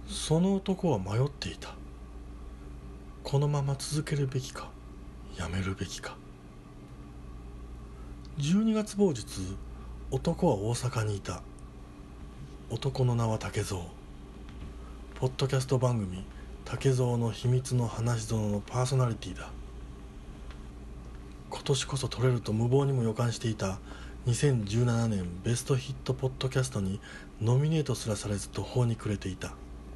その男は迷っていた。このまま続けるべきかやめるべきか。12月某日、男は大阪にいた。男の名は竹蔵。ポッドキャスト番組竹蔵の秘密の話園のパーソナリティだ。今年こそ取れると無謀にも予感していた2017年ベストヒットポッドキャストにノミネートすらされず途方に暮れていた。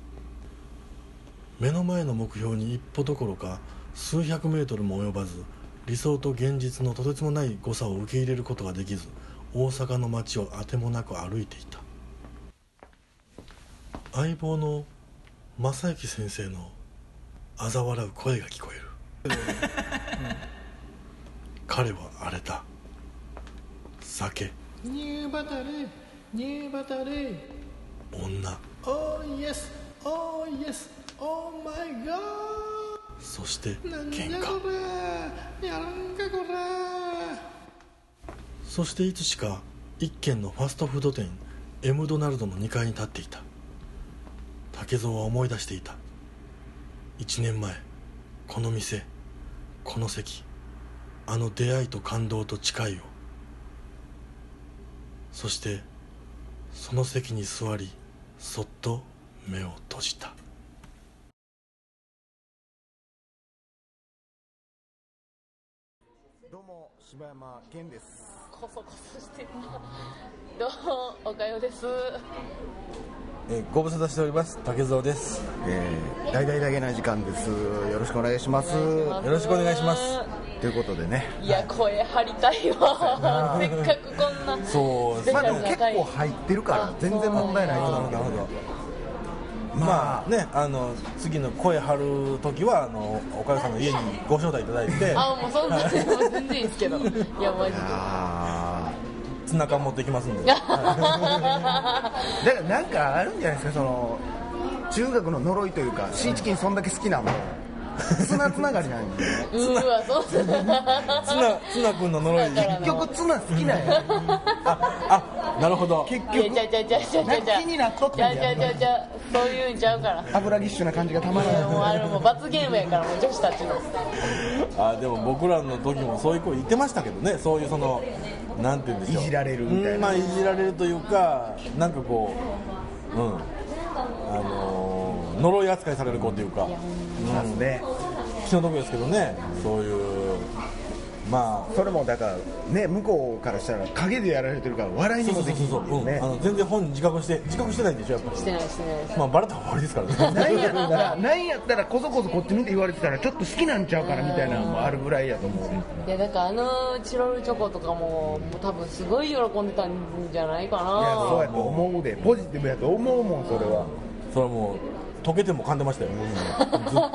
目の前の目標に一歩どころか数百メートルも及ばず、理想と現実のとてつもない誤差を受け入れることができず、大阪の街をあてもなく歩いていた。相棒の正幸先生の嘲笑う声が聞こえる彼は荒れた。酒、 ニューバタレニューバタレ女、 オーイエスオーイエスオーマイガー、 そしてなん喧じゃこ嘩。 れやらんかこれ。 そしていつしか一軒のファストフード店エムドナルドの2階に立っていた。竹蔵は思い出していた。1年前、この店、この席、あの出会いと感動と誓いを。そしてその席に座り、そっと目を閉じた。 どうも柴山健です。 コソコソしてるな。どうもおかよです。 ご無沙汰しております竹蔵です。 大々だけな時間です。よろしくお願いします。 よろしくお願いします。 ということでね、 いや声張りたいわせっかくこんなそうまあでも結構入ってるから全然問題ないと思うけど、 まあね、次の声張る時はおかゆさんの家にご招待いただいてあ、もうそんなもう全然いいですけど、いやマジでツナ缶持ってきますんでだからなんかあるんじゃないですか、その中学の呪いというか、シーチキンそんだけ好きなもんツナつながりなんで、ね、 うわ、そうツナ君の呪い結局ツナ好きなんやあ、なるほど。 結局じゃ気になっとってんやじゃそういうんちゃうから。 油ぎっしゅな感じがたまらない。 もうあれもう罰ゲームやから、もう女子たちの。 でも僕らの時もそういう声言ってましたけどね、そういうそのなんて言うんでしょう、 いじられるみたいな、 まあいじられるというか、なんかこう、呪い扱いされる子っていうか、 まずね、 気の毒ですけどね、そういうまあそれもだからね、向こうからしたら影でやられてるから笑いにもできるんですね。 全然本人自覚してないんでしょ、やっぱり。 してないですね。 まあバレたら終わりですからね。 なんやったらこそこそこっち見て言われてたらちょっと好きなんちゃうかなみたいなのもあるぐらいやと思う。 いやだからチロルチョコとかも多分すごい喜んでたんじゃないかな。 いやそうやと思うで、ポジティブやと思うもん。それはもう溶けても噛んでましたよ、ずっと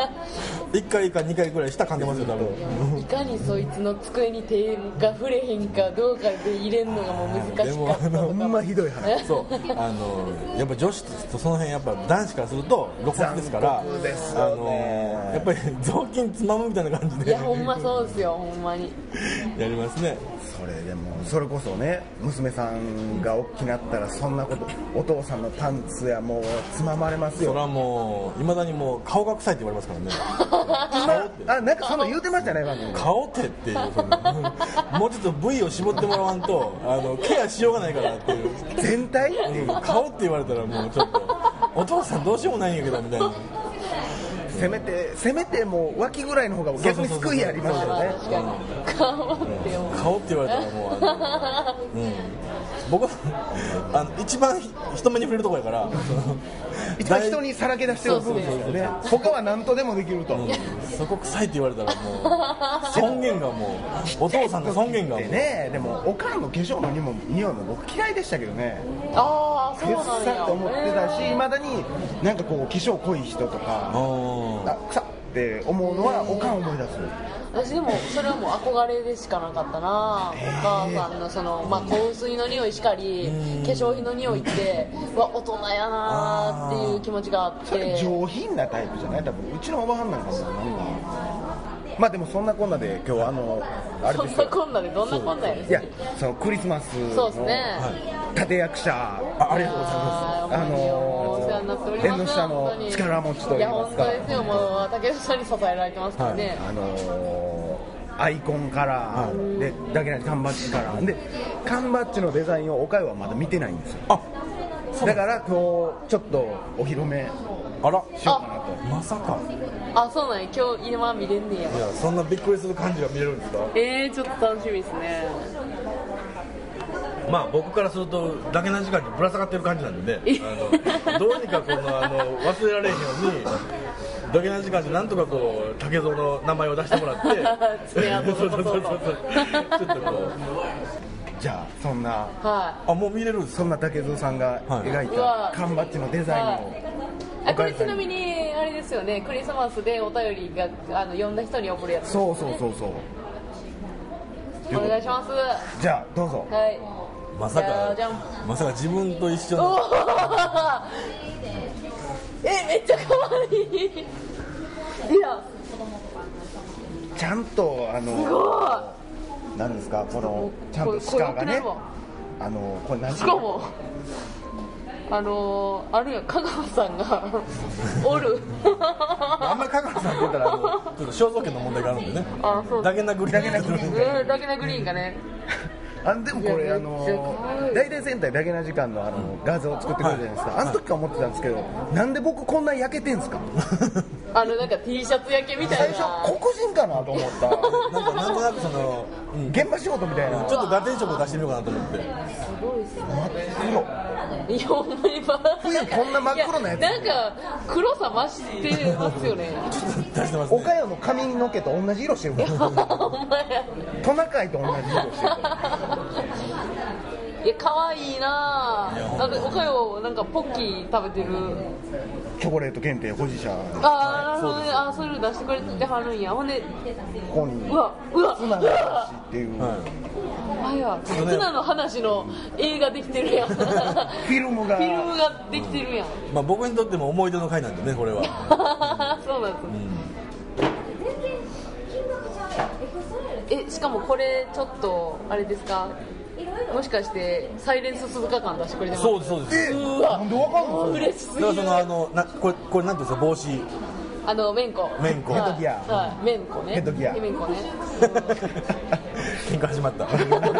1回か2回ぐらい舌噛んでますよ、多分。 いかにそいつの机に手が触れへんかどうかで入れるのがもう難しかったとか。 ほんまひどい話。 そうやっぱ女子とその辺やっぱ男子からすると露骨ですから、 残酷ですよね。 やっぱり雑巾つまむみたいな感じで、 いやほんまそうですよ、ほんまにやりますね。 それこそね、娘さんが大きくなったらそんなこと、お父さんのパンツやもうつままれますよ。 それはもういまだにもう顔が臭いって言われますからね。 なんかそんな言うてましたね、 顔ってっていうもうちょっと部位を絞ってもらわんとケアしようがないからっていう、 全体、 顔って言われたらもうちょっとお父さんどうしようもないんやけどみたいな。 せめてもう脇ぐらいの方が逆に救いありますよね。 確かに顔って言われたらもう僕は一番人目に触れるところやから一番人にさらけ出してる部分ですよね。他は何とでもできると、 そこ臭いって言われたらもう尊厳がもうお父さんの尊厳がもうね。でもおかんの化粧の匂いも僕嫌いでしたけどね。 ああそうなんや。 臭って思ってたし、いまだになんかこう化粧濃い人とか臭って思うのはおかん思い出す。 私でもそれはもう憧れでしかなかったな。お母さんのその香水の匂いしかり化粧品の匂いって大人やなっていう気持ちがあって。 それ上品なタイプじゃない？多分うちのおばはんなんかもなんか、まあでもそんなこんなで今日あれですよ。 そんなこんなでどんなこんなやる。 いやそのクリスマスのそうですね。 立役者ありがとうございます。 お世話になっております。 縁の下の力持ちといいますか。 いや本当ですよ、もう武田さんに支えられてますからね。 アイコンカラーでだけなし缶バッジカラーで缶バッジのデザインを岡山はまだ見てないんですよ。だから今日ちょっとお披露目あらしようかなと。 まさか。 あ、そうなんや、今日今見れんねや。 いやそんなびっくりする感じが見れるんですか。 ちょっと楽しみですね。 まあ僕からするとだけな時間にぶら下がってる感じなんでね、どうにかこの忘れられへんようにだけな時間でなんとかこう竹蔵の名前を出してもらって爪痕そうちょっとこうじゃあそんなはもう見れるんですか。 そんな竹蔵さんが描いうたわ缶バッジのデザインをい。これちなみにあれですよね、クリスマスでお便りが読んだ人に送るやつ。 そうお願いします。 じゃあどうぞ。 はい。 まさかじゃんまさか自分と一緒のめっちゃ可愛い。いやちゃんとすごなんですかこのちゃんと鹿がねこれ何い。しかもあるやん、香川さんがおる。 あんまり香川さんって言ったらちょっと肖像権の問題があるんでね。 そうだけなグリーンだけなグリーンがね。 でもこれ大々戦隊だけな時間の画像を作ってくれるじゃないですか。あの時から思ってたんですけど、なんで僕こんな焼けてんすか。 なんか T シャツ焼けみたいな。 最初黒人かなと思ったなんとなく現場仕事みたいな。 ちょっとガテン色を出してみようかなと思って。 すごいっすね。 黒いやほんまに冬こんな真っ黒なやつなんか黒さ増してますよね。 出してますね。 岡山の髪の毛と同じ色してるからほんまや。 トナカイと同じ色してるからいや可愛いなぁ。なんかおかよなんかポッキー食べてる。 チョコレート検定保持者。 なるほどね。そういうの出してくれてはるんや。ほんでここにうわツナの話っていうツナの話の映画できてるやん。フフィルムができてるやん。 まあ僕にとっても思い出の回なんでねこれは。 そうなんです。しかもこれちょっとあれですか、もしかしてサイレンス鈴鹿感出してくれてます？ そうです。 うわなんでわかんの？ 嬉しすぎる。 だからこれなんていうんですか、帽子。 メンコヘッドギアはい、メンコね。 ヘッドギアメンコね。 喧嘩始まった。 しかもう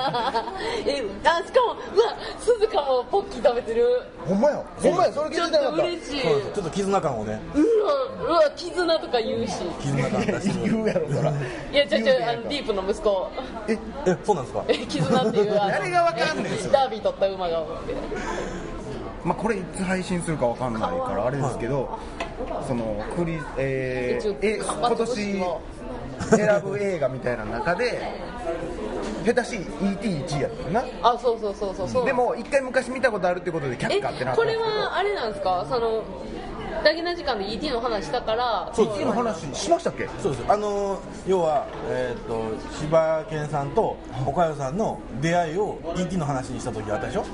わ鈴鹿もポッキー食べてる。 ほんまやそれ気ちょっづいてなかった。 と嬉しい。 ちょっと絆感をね。 うわ絆とか言うし。 絆感出してる。 言うやろそら。 いやディープの息子。 そうなんですか。 絆っていう誰がわかんねんそれダービー取った馬がおって。 まあこれいつ配信するかわかんないからあれですけど、その今年選ぶ映画みたいな中で下手し ET1 位やったな。 そうでも一回昔見たことあるってことで却下ってなったんこれですけど。 はあれなんですか、だけな時間で ET の話したから。 ET の話しましたっけ？ そうです。要は柴犬さんと岡代さんの出会いを ET の話にした時あったでしょ。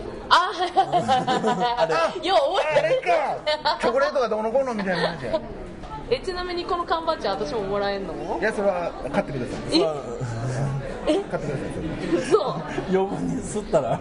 あれよう覚えてる。 チョコレートがどうのこうのみたいな話や。 ちなみにこの缶バッジ私ももらえんの？ いやそれは買ってください。買ってくださいそれ。 嘘。 余分に吸ったら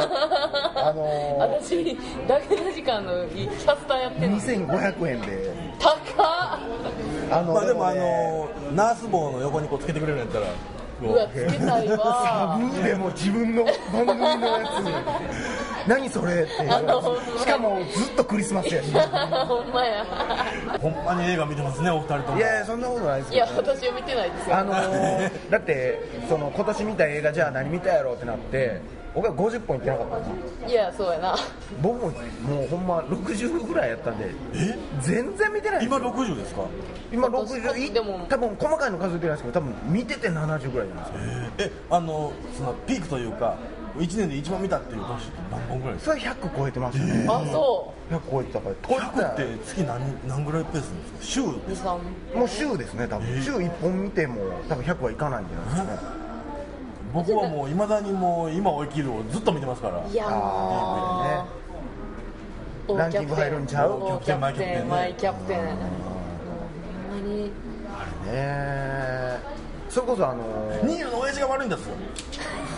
私だけな時間のキャスターやってんの。 2500円で。 高っ。 まあでもナース帽の横にこうつけてくれるんやったら。 うわつけたいわ。 サブでも自分の番組のやつに何それって。しかもずっとクリスマスやし。 ほんまや。 ほんまに映画見てますねお二人とも。 いやそんなことないですよ。 いや私は見てないですよ。 だって今年見た映画じゃあ何見たやろうってなって僕は50本いってなかったな。 いやそうやな。 僕ももうほんま60ぐらいやったんで全然見てない。 今60ですか？ 今60。 でも多分細かいの数えてないですけど多分見てて70ぐらいじゃないですか。 そのピークというか1年で一番見たっていう年って何本ぐらいですか？ それ100超えてましたね。 あそ 100超えてたから 100って月何ぐらいペースなんですか？週ですか？ もう週ですね多分。週1本見ても多分100はいかないんじゃないですかね。 僕はもういまだにもう今を生きるをずっと見てますから。 いやあーランキング入るんちゃう？ キャプテンマイキャプテン。ほんまにあれね。それこそニールの親父が悪いんですよ。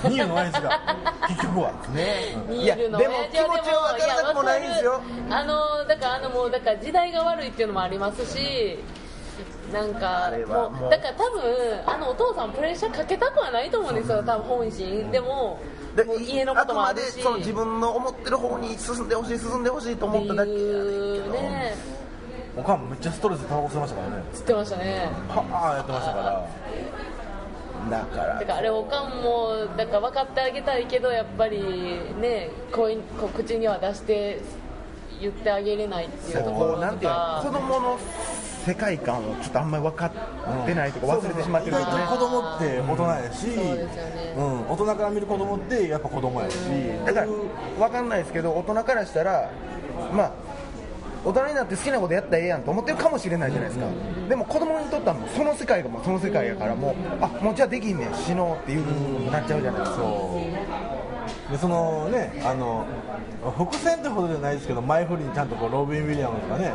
ニールの親父が結局はね。 ニールのでも気持ちは分からなくもないんですよ。 だから時代が悪いっていうのもありますし、なんかもうだから多分お父さんプレッシャーかけたくはないと思うんですよ、多分本心でも。もう家のこともあるし、 あくまでその自分の思ってる方に進んでほしいと思っただけやね。 おかんもめっちゃストレスでタバコ吸ってましたからね。 吸ってましたね。 はあやってましたから。 だからあれおかんもだから分かってあげたいけど、やっぱりねこう口には出して言ってあげれないっていうところとか、 なんていうの、子供の世界観をちょっとあんまり分かってないとか忘れてしまってるけどね。 意外と子供って大人やし、 そうですよね。 大人から見る子供ってやっぱ子供やし、 だから分かんないですけど、大人からしたらまあ大人になって好きなことやったらええやんと思ってるかもしれないじゃないですか。でも子供にとってはもうその世界がもうその世界やから、もうもうじゃあできんねん、死のうっていう風になっちゃうじゃないですか。 でそのね伏線ってほどじゃないですけど、前振りにちゃんとロビン・ウィリアムズがね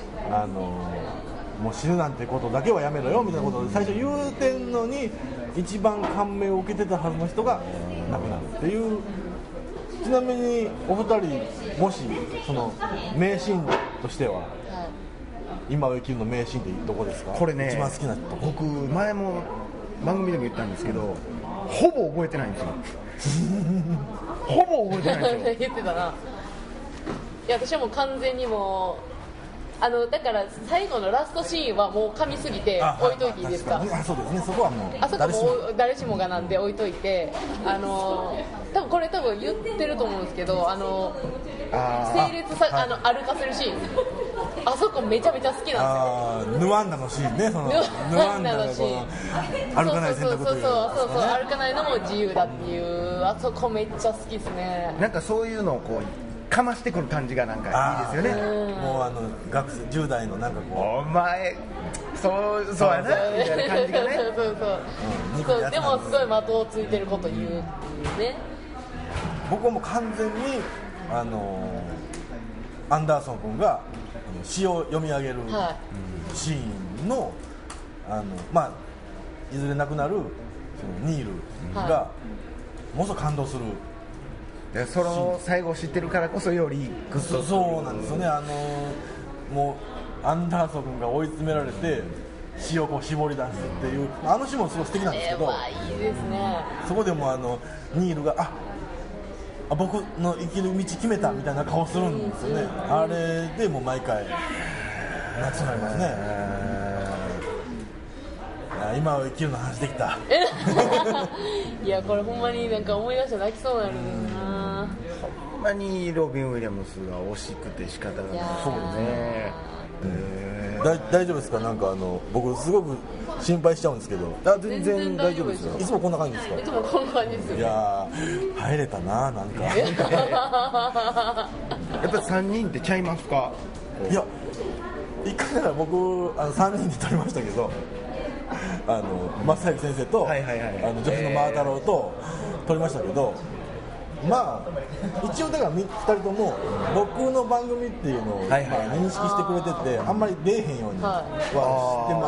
もう死ぬなんてことだけはやめろよみたいなことを最初言うてんのに、一番感銘を受けてたはずの人が亡くなるっていう。ちなみにお二人もしその名シーンとしては、今を生きるの名シーンってどこですか？ これね、 一番好きなとこ。 僕前も番組でも言ったんですけど、ほぼ覚えてないんですよほぼ覚えてないんですよ言ってたな。いや私はもう完全にもうだから最後のラストシーンはもう噛みすぎて置いといていいですか？ そうですね、そこはもうあそこも誰しもがなんで置いといて、多分言ってると思うんですけど、整列さ歩かせるシーン、あそこめちゃめちゃ好きなんですよ。 ヌワンダのシーンね、そのヌワンダのシーン、 歩かない選択という、 そう歩かないのも自由だっていう、あそこめっちゃ好きですね。 なんかそういうのをこうかましてくる感じがなんかいいですよね。 もう学生10代のなんかこうお前そうやなみたいな感じがねそうでもすごい的をついてること言うね。 僕はもう完全にアンダーソン君が詩を読み上げるシーンの、いずれ亡くなるそのニールがものすごく感動する。 その最後知ってるからこそよりグッと。 そうなんですよね。もうアンダーソン君が追い詰められて詩をこう絞り出すっていう詩もすごい素敵なんですけど、 いいですね。 そこでもニールが僕の生きる道決めたみたいな顔するんですよね。あれでもう毎回泣きそうになりますね。今を生きるの話できたいやこれほんまになんか思い出して泣きそうになるな。 ほんまにロビン・ウィリアムスが惜しくて仕方がない。そうね。 大丈夫ですか？なんか僕すごく心配しちゃうんですけど。 全然大丈夫ですよ。 いつもこんな感じですか？ いつもこんな感じですよ。 いや入れたな、なんかやっぱり3人ってちゃいますか？ いや1回だから僕3人で撮りましたけど、正行先生と、女子のマー太郎と撮りましたけど、一応だから2人とも僕の番組っていうのを認識してくれてて、あんまり出えへんようにはしてま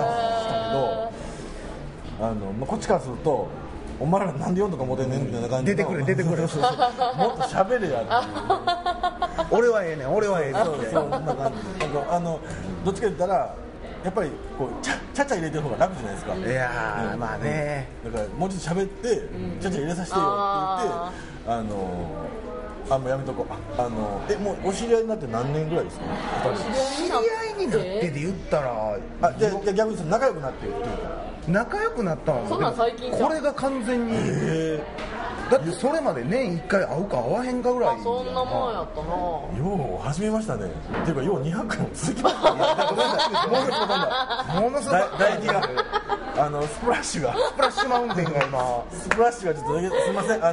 したけど、こっちからするとお前らなんで読んとか思ってんねんみたいな感じで出てくるもっと喋れや俺はええねん俺はええねんそんな感じどっちか言ったらやっぱりこうちゃちゃ入れてる方が楽じゃないですか。 いやまあね、 だからもうちょっと喋ってちゃちゃ入れさせてよって言ってもうやめとこう。もうお知り合いになって何年ぐらいですか？ 知り合いになってで言ったらじゃあ逆に仲良くなってっていうか仲良くなったのそんなん最近じゃん。 これが完全にだってそれまで年1回会うか会わへんかぐらい。 そんなもんやったな。 よう始めましたね。っていうかよう200回も続きましたね。 ものすごい唾液がスプラッシュマウンテンが今スプラッシュがちょっとすみません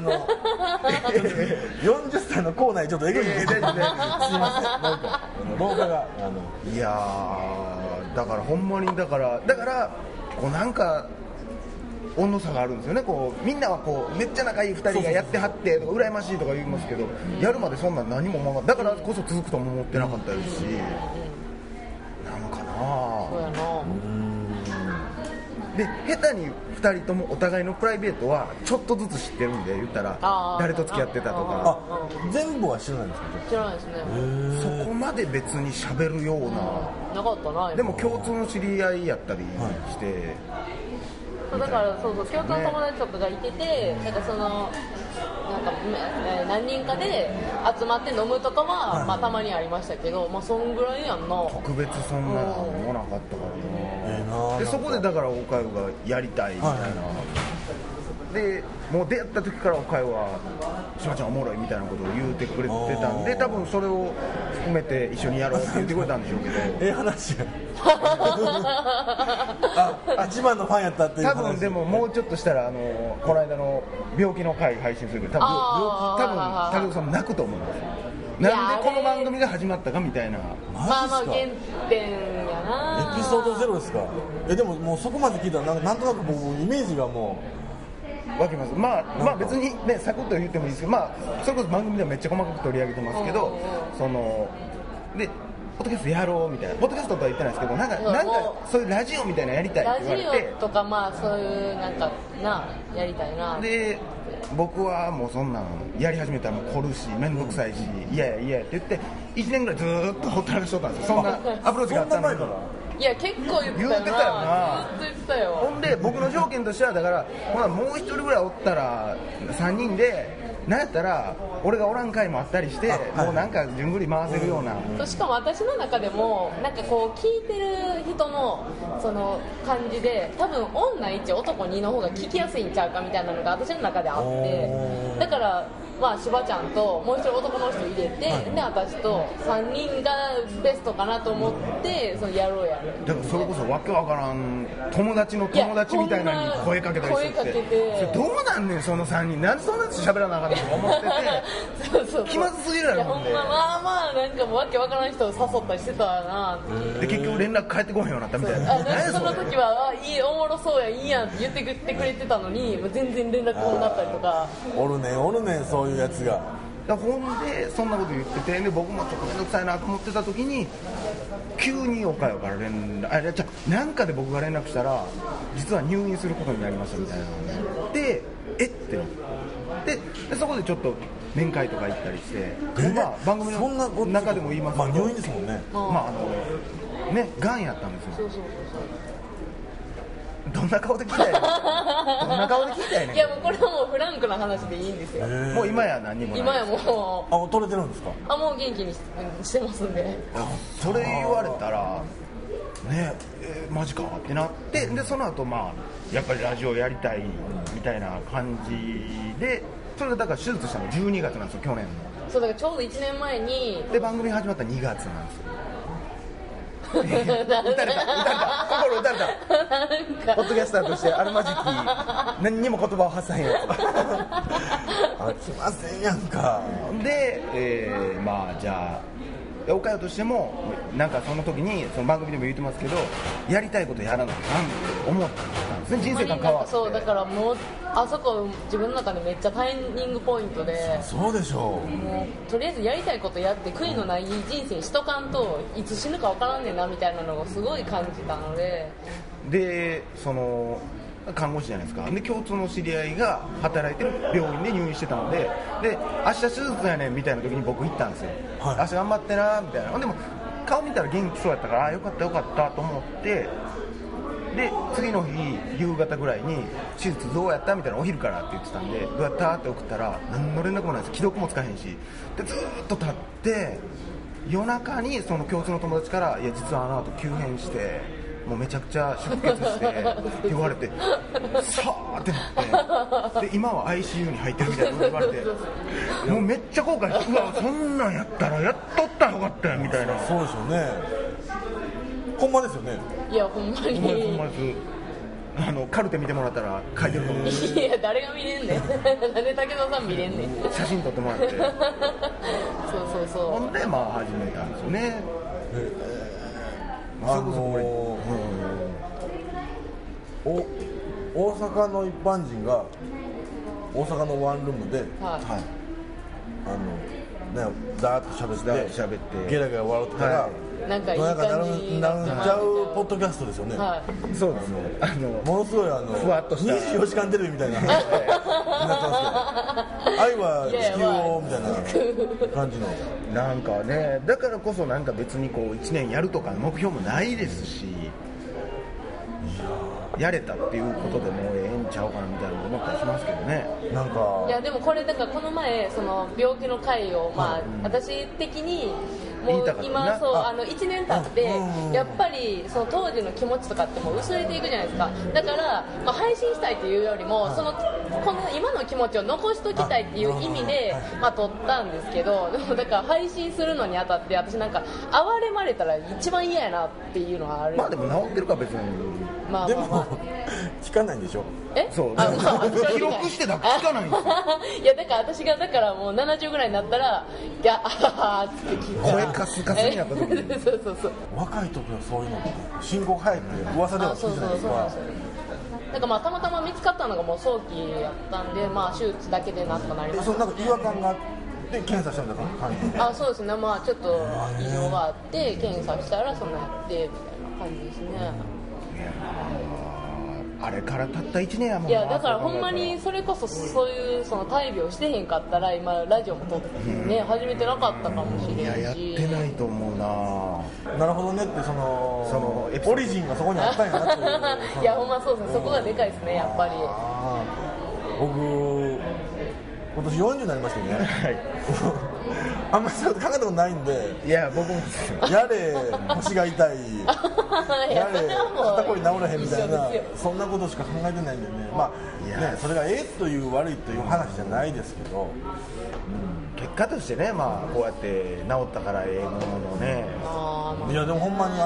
40歳の校内ちょっとエグいんですいません、なんか廊下がいやだからほんまにだからこうなんか温度差があるんですよね。こうみんなはこうめっちゃ仲いい2人がやってはってとか羨ましいとか言いますけど、やるまでそんな何もだからこそ続くとも思ってなかったですし、なのかな。 そうやな。 で下手に2人ともお互いのプライベートはちょっとずつ知ってるんで、言ったら誰と付き合ってたとか全部は知らないんですか？ 知らないですね。 そこまで別に喋るようなかったな。 な、でも共通の知り合いやったりして、 そうだからそう共通の友達とかがいてて、なんかそのなんか何人かで集まって飲むとかは、まあ、たまにありましたけど、まあそんぐらいやんな。 特別そんなのもなかったからな。でそこでだからおかゆがやりたいみたいな、でもう出会った時からおかゆはしばちゃんおもろいみたいなことを言うてくれてたんで、多分それを含めて一緒にやろうって言ってくれたんでしょうけど話や一番のファンやったっていう話。 多分でももうちょっとしたらこの間の病気の回配信するけど、多分武田さんも泣くと思うんですよ。なんでこの番組が始まったかみたいな。 まあまあ原点やな。 エピソード0ですか？でももうそこまで聞いたらなんとなく僕イメージがもう分けます。まあ別にねサクッと言ってもいいですけど、まあそれこそ番組ではめっちゃ細かく取り上げてますけど、そのでポッドキャストやろうみたいな、ポッドキャストとは言ってないですけど、なんかそういうラジオみたいなのやりたいって言われて、 ラジオとかまあそういうなんかなやりたいな。 で僕はもうそんなんやり始めたらもう凝るし面倒くさいし嫌やって言って1年ぐらいずーっとほったらかしとったんですよ。そんなアプローチがあったのに。 いや結構言ってたよな。ずっと言ってたよ。 ほんで僕の条件としてはだからほらもう一人ぐらいおったら3人でなんやったら俺がおらん回もあったりして、もうなんか順繰り回せるような、 しかも私の中でもなんかこう聞いてる人のその感じで多分女1男2の方が聞きやすいんちゃうかみたいなのが私の中であって、だからまあしばちゃんともう一人男の人入れて、で私と3人がベストかなと思ってそのやろうやる。 だからそれこそわけわからん友達の友達みたいなのに声かけたりして声かけて、 どうなんねんその3人、なんでそんなやつ喋らなあかんのとか思っててそう気まずすぎるやろ。 ほんままあまあなんかもうわけわからん人を誘ったりしてたなって。 で結局連絡返ってこへんようになったみたいな。 その時はいいおもろそうやいいやんって言ってくれてたのに全然連絡もなったりとか。 おるねそういうやつが。 ほんでそんなこと言ってて、で僕もちょっと面倒くさいなと思ってた時に急におかよから連絡なんかで僕が連絡したら実は入院することになりましたみたいなのでってなってでそこでちょっと面会とか行ったりして、まあ番組の中でも言いますけど、 まあ入院ですもんね。 まあねがんやったんですよ。どんな顔で聞いたいの？どんな顔で聞いたいねん。 いやもうこれはもうフランクな話でいいんですよ。 もう今や何にもない。 今やもう取れてるんですか？ もう元気にしてますんで。 それ言われたらねマジかってなって、でその後まあやっぱりラジオやりたいみたいな感じで、それでだから手術したの12月なんですよ去年の。 そうだからちょうど1年前に。 で番組始まった2月なんですよ。打たれた心打たれたポッドキャスターとしてあるまじき何にも言葉を発さへんやつ来ませんやんか。 で、まあじゃあおかよとしてもなんかその時にその番組でも言ってますけどやりたいことやらなきゃなんて思ったんですね。人生観変わって。 そうだからもうあそこ自分の中でめっちゃタイミングポイントで、 そうでしょう。 もうとりあえずやりたいことやって悔いのない人生しとかんといつ死ぬか分からんねんなみたいなのをすごい感じたので、 でその看護師じゃないですか。で共通の知り合いが働いてる病院で入院してたので、明日手術やねんみたいな時に僕行ったんですよ、明日頑張ってなみたいな。でも顔見たら元気そうやったからよかったと思って、で次の日夕方ぐらいに手術どうやったみたいな、お昼からって言ってたんでどうやったって送ったら何の連絡もないです。既読もつかへんし、でずーっと経って夜中にその共通の友達からいや実はあの後急変してもうめちゃくちゃ出血してって言われてさーってなって、で今は ICU に入ってるみたいなこと言われてもうめっちゃ後悔して、うわそんなんやったらやっとったらよかったよみたいな。 そうでしょうね。ほんまですよね。 いやほんまにほんまです。カルテ見てもらったら書いてると思う。 いや誰が見れんねんなんで武田さん見れんねん写真撮ってもらってそうほんでまあ始めたんですよね。 大阪の一般人が大阪のワンルームで、ザーッと喋ってってゲラゲラ笑ってたら、 なんかいい感じになっちゃうポッドキャストですよね、 はそうですものすごいふわっとした 24時間テレビみたいななってますけど愛は地球をみたいな感じのなんかね、だからこそなんか別にこう1年やるとか目標もないですし、やれたっていうことでもうええんちゃうかなみたいな思ったりしますけどね。 なんかいやでもこれだからこの前その病気の回をまあ私的にもう今そう1年経ってやっぱりその当時の気持ちとかってもう薄れていくじゃないですか。だからまあ配信したいっていうよりもそのこの今の気持ちを残しときたいっていう意味でまあ撮ったんですけど、でもだから配信するのにあたって私なんか哀れまれたら一番嫌やなっていうのはある。 まあでも治ってるから別にでも聞かないんでしょ。 そう記録してたら聞かないんですよいやだから私がだからもう70ぐらいになったらいやあーって聞いた声カスカスになった時にそう若い時はそういうのって進行早いって噂では聞くじゃないですか。 なんかまあたまたま見つかったのがもう早期やったんで、まあ手術だけでなんとかなりました。 なんか違和感があって検査したみたいな感じ。 そうですね、まあちょっと異常があって検査したらそんなやってみたいな感じですね。 あれからたった1年やもんな。 いやだからほんまにそれこそそういうその大病してへんかったら今ラジオも撮ってね、始めてなかったかもしれないし。 いややってないと思うな。 なるほどねってそのオリジンがそこにあったんやなっていういやほんまそうですね、そこがでかいですねやっぱり。 僕今年40になりましたよね、はい、あんまりそういうこと考えたことないんで。 いや僕もやれ腰が痛いやれ肩こり治らへんみたいなそんなことしか考えてないんでね、まあねそれがええという悪いという話じゃないですけど、 結果としてね、まあこうやって治ったからええもののね。 いやでもほんまに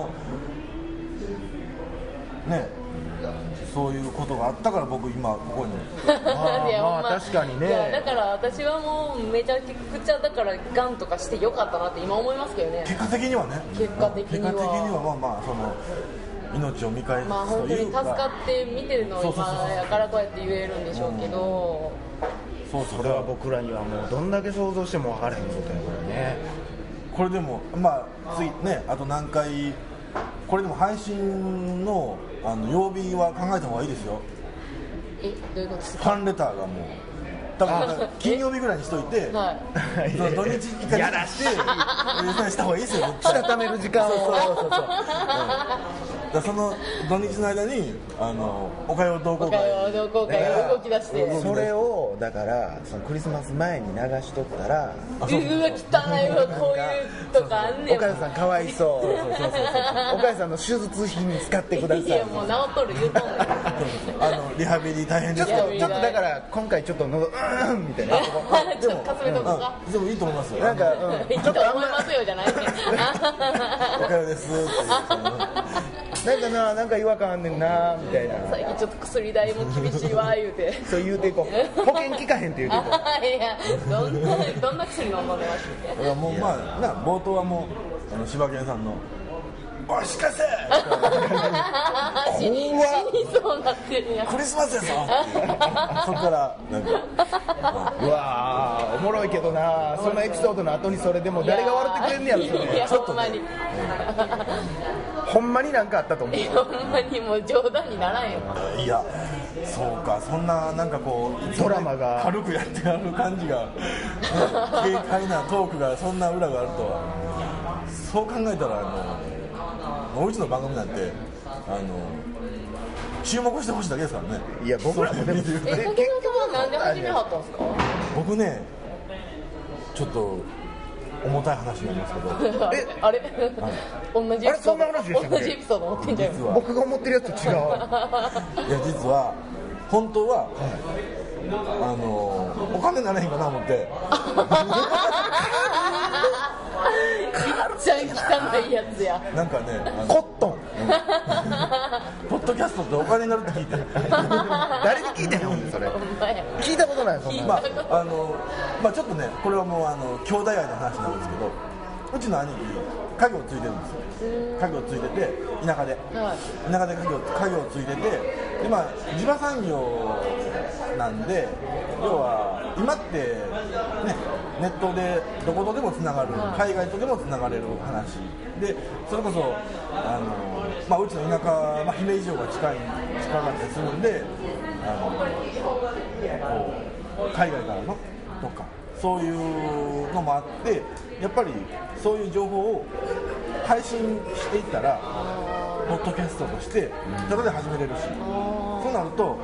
ねそういうことがあったから僕今ここにまあ確かにね。 いやだから私はもうめちゃくちゃだからガンとかしてよかったなって今思いますけどね。 結果的にはね。 結果的にはまあまあその命を見返すまあ本当に助かって見てるのを今やからこうやって言えるんでしょうけど、 それは僕らにはもうどんだけ想像しても分からへんことやからね。 これでもまあ次ねあと何回これでも配信の曜日は考えた方がいいですよ。 どういうことですか。 ファンレターがもう多分金曜日ぐらいにしといて、 はい、 土日以下にしてした方がいいですよ。 したためる時間をその土日の間におかよう同好会が動き出してそれをだからそのクリスマス前に流しとったらうわ汚いわこういうとかあんねん。 おかよさんかわいそうおかよさんの手術費に使ってください。 いやもう治っとる言うとんねんリハビリ大変ですちょっとだから今回ちょっと喉みたいなちょっとかすめとこうか。 でもいいと思いますよ。 なんかいいと思いますよじゃないねん。 おかよですなんか違和感あんねんなみたいな。 最近ちょっと薬代も厳しいわ言うてそう言うていこう。保険効かへんって言うていこう。 いやどんな薬飲んでましたもうまあ冒頭はもう柴犬さんのおしかせ死にそうなってるやん。 クリスマスやぞそこからなんかうわーおもろいけどな。そのエピソードの後にそれでも誰が笑ってくれんねやろそれ。 いやほんまにほんまになんかあったと思う。 ほんまにもう冗談にならんよ。 いやそうかそんななんかこうドラマが軽くやってある感じが軽快なトークがそんな裏があるとは。そう考えたらうちの番組なんて注目してほしいだけですからね。 いや僕らもでも竹野さんはなんで始めはったんですか。 僕ねちょっと重たい話になりますけどあれ同じエピソードそんな話でしたっけ。 同じエピソード持ってんじゃん。 僕が思ってるやつと違う。 いや実は本当は、お金ならへんかな思ってめっちゃ汚いやつや。 なんかねコットンポッドキャストってお金になるって聞いて誰に聞いてんのそれ。聞いたことないそんな。 まあちょっとねこれはもう兄弟愛の話なんですけどうちの兄貴家業ついてるんですよ。家業ついてて田舎で家業ついてて、でまあ地場産業なんで、要は今ってねネットでどことでもつながる、海外とでもつながれる話で、それこそまあ、うちの田舎、まあ、姫路城が近かったりするんで、こう海外からのとかそういうのもあって、やっぱりそういう情報を配信していったらポッドキャストとしてただで始めれるし、そうなると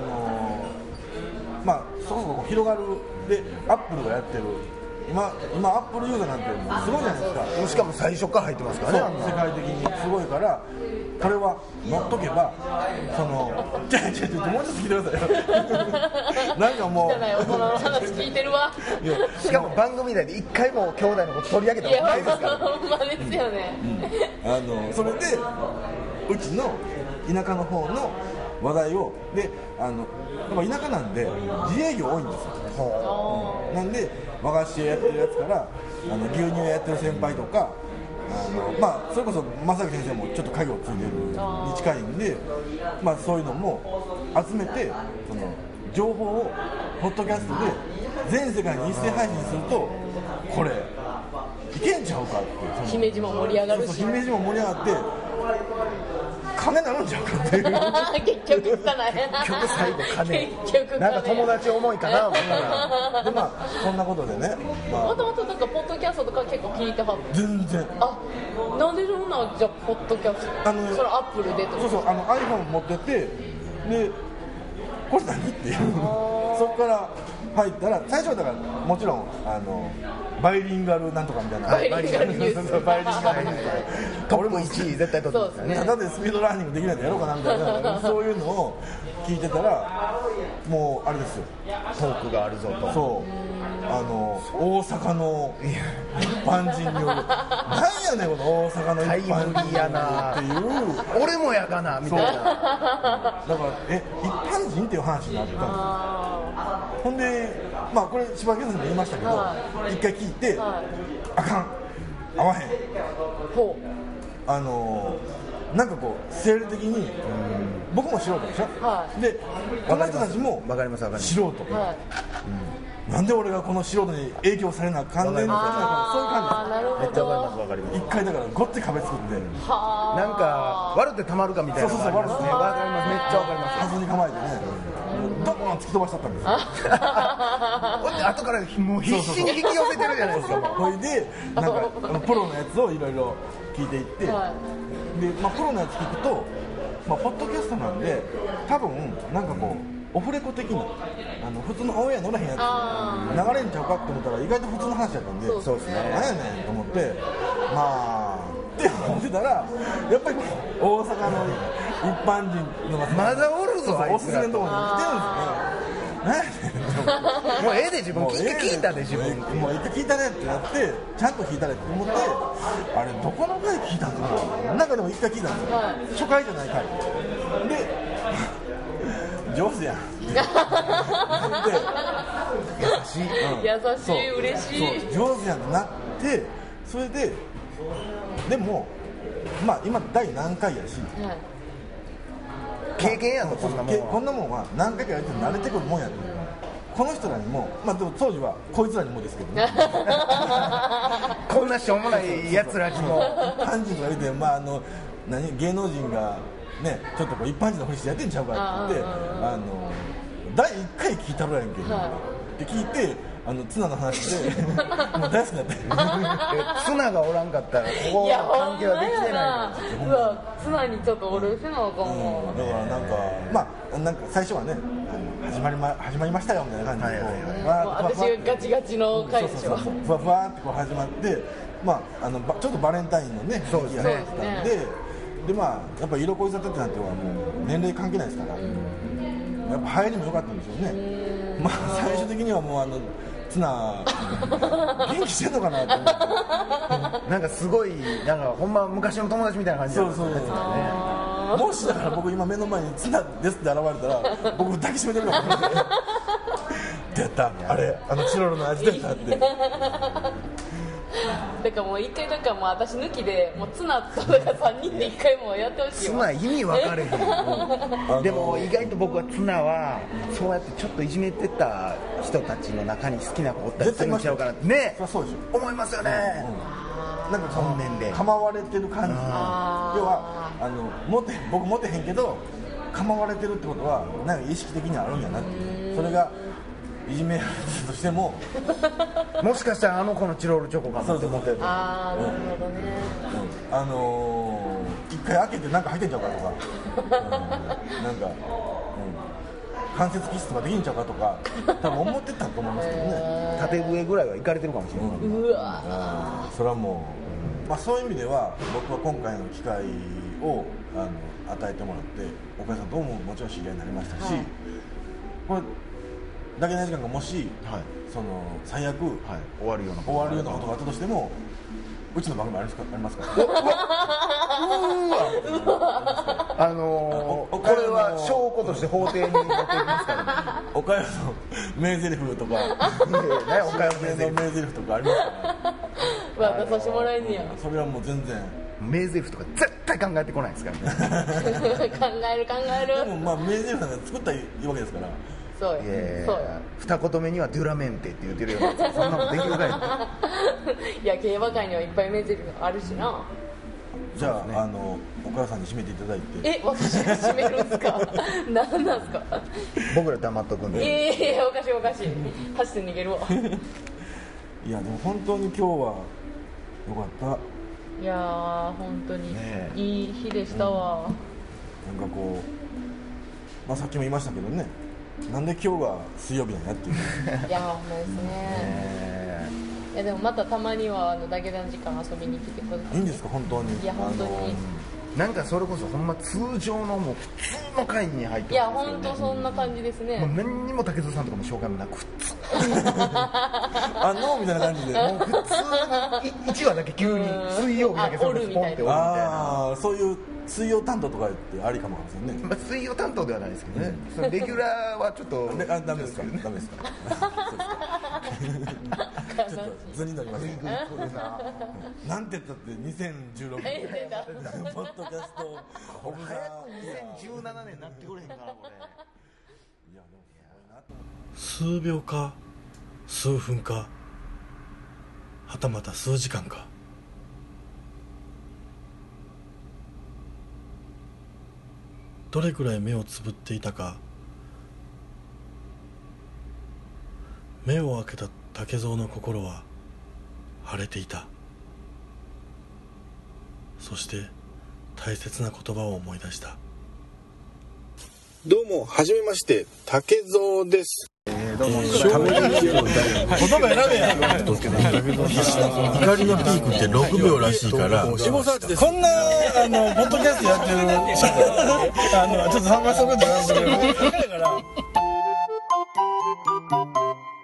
まあそこそこ広がる。でアップルがやってる今アップルユーザーなんてすごいじゃないですか。 しかも最初から入ってますからね。 世界的にすごいから、これは乗っとけばちょもうちょっと聞いてくださいよなんかもう汚い大人の話聞いてるわしかも番組内で一回も兄弟のこと取り上げたことないですからほんまですよね、 それでうちの田舎の方の話題をでやっぱ田舎なんで自営業多いんですよ、なんで和菓子屋やってるやつから牛乳屋やってる先輩とかまあ、それこそ正木先生もちょっと家業ついてるに近いんで、まあ、そういうのも集めてその情報をポッドキャストで全世界に一斉配信するとこれいけんちゃうかって姫路も盛り上がるし、 姫路も盛り上がって金なるんちゃうかっていう結局汚い結局最後金結局なんか友達思いかな思いながらでまあそんなことでねもともとなんかポッドキャストとか結構聞いてはって全然なんでそんなじゃあポッドキャストそれアップルでとかそうiPhone 持っててでこれ何っていうそこから入ったら最初はだからもちろんバイリンガルなんとかみたいなバイリンガルニュースバイリンガルニューストップ1位絶対取ってますからね。 ただでスピードラーニングできないとやろうかなみたいなそういうのを聞いてたらもうあれですよトークがあるぞと。 そう大阪の一般人によるなんやねんこの大阪の一般タイムリーやな人っていう俺もやかなみたいな。 だから一般人っていう話になったんですよ。ほんでまあこれ柴木さんも言いましたけど一回聞いてあかん合わへんほなんかこう生理的に僕も素人でしょ、でこの人たちもわかります素人、なんで俺がこの素人に影響されなあかんねんみたいなそういう感じです。 めっちゃわかりますわかります。 一回だからごっつい壁作ってなんか割るってたまるかみたいな。 そう割るってわかりますめっちゃわかります。 はずに構えてねドーン突き飛ばしちゃったんですよ後からもう必死に引き寄せてるじゃないですか。 ほいでなんかプロのやつをいろいろ聞いていって、でまあプロのやつ聞くとまあポッドキャストなんで多分なんかこうオフレコ的な普通のオンエア乗らへんやつ流れんちゃうかって思ったら意外と普通の話だったんでそうですね。 何やねんと思ってまあって思ってたらやっぱり大阪の一般人のまだおるぞあいおすつらすめのところに来てるんですね。何やねんもうええで自分聞いたで自分。 もう一回聞いたねってなってちゃんと聞いたねって思ってあれどこの回聞いたんかななんかでも一回聞いたんですよ、初回じゃない回で上手やんで優しい嬉しいそう上手やんってなってそれででもまあ今第何回やし、 経験やとこんなもんは。 こんなもんは何回かやって慣れてくるもんやでこの人らにもまあでも当時はこいつらにもですけどねこんなしょうもないやつらにも一般人とか言ってまあ芸能人がねちょっとこう一般人のふりしてやってんちゃうかって言って第1回聞いたろやんけ、って聞いてツナの話でもう大好きになってツナがおらんかったらここは関係はできてない。 うわツナにちょっとおるせなあかんわ、 だからなんかまあなんか最初はね始まりましたよみたいな感じで私がガチガチの回でしょふわふわってこう始まってまあちょっとバレンタインのねそうですね時期があったんでまあやっぱ色恋沙汰ってなんてはもう年齢関係ないですからやっぱ入りも良かったんですよね。まあ最終的にはもうツナ元気してんのかなって思ってなんかすごいなんかほんま昔の友達みたいな感じそうもしだから僕今目の前にツナですって現れたら僕抱きしめてるかもしれないってやったあれチロルの味だったってでだからもう一回なんかもう私抜きでもうツナとか3人で一回もうやってほしいツナ意味分かれへんでも意外と僕はツナはそうやってちょっといじめてた人たちの中に好きな子おったりするんちゃうかなってねそうでしょ思いますよね、 なんか本年で構われてる感じ。要は僕モテへんけど構われてるってことはなんか意識的にあるんやなっていう。それがいじめられてたとしてももしかしたらあの子のチロルチョコかもそうそうモテる。 ああなるほどね。 一回開けてなんか入ってんちゃうかとか、なんか、関節キスとかできんちゃうかとか多分思ってたと思いますけどね。 縦笛ぐらいは行かれてるかもしれない、 うわそれはもう、そういう意味では僕は今回の機会を与えてもらって岡谷さんとももちろん知り合いになりましたし、これだけの時間がもし、その最悪、 終わるようなことがあったとしてもうちの番組ありますかこれは証拠として法廷に持っていきますからね岡谷の名台詞とか岡谷の名台詞とかありますから出させてもらえんねや。 それはもう全然名台詞とか絶対考えてこないですからね考えるでも名台詞なんか作ったわけですからそうよ二言目にはデュラメンテって言ってるようなそんなことできるかいいや競馬界にはいっぱい名台詞あるしな。 じゃあ、岡谷さんに締めていただいて。 私が締めるんすか何なんすか僕ら黙っとくんで。 いやおかしい走って逃げるわいやでも本当に今日はよかった。 いやー本当にいい日でしたわ、 なんかこう、さっきも言いましたけどね、なんで今日が水曜日なんやっていういやほんまですねいやでもまたたまにはだけの時間遊びに来てください。 いいんですか本当に。 いや本当になんかそれこそほんま通常のもう普通の会に入っていや本当そんな感じですね。 もう何にも竹蔵さんとかも紹介もなく普通みたいな感じでもう普通に1話だけ急に水曜日だけそれスポンっておるみたいなそういう水曜担当とかってありかもしれないね。 水曜担当ではないですけどね、そのレギュラーはちょっとダメですかダメですかちょっと図になりますねなんて言ったって2016年ポッドキャスト早く2017年になってくれへんかなこれ。 数秒か数分かはたまた数時間か、どれくらい目をつぶっていたか、目を開けた竹蔵の心は晴れていた。そして大切な言葉を思い出した。 どうもはじめまして竹蔵です。 言葉選べや怒りのピークって6秒らしいから、こんなポッドキャストやってるちょっと参加することなんだけど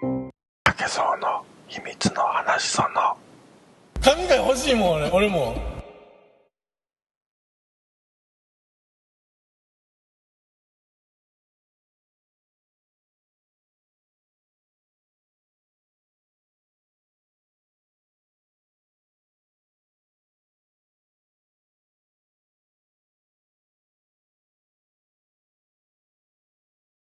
竹蔵の秘密の話、その神が欲しいもん俺も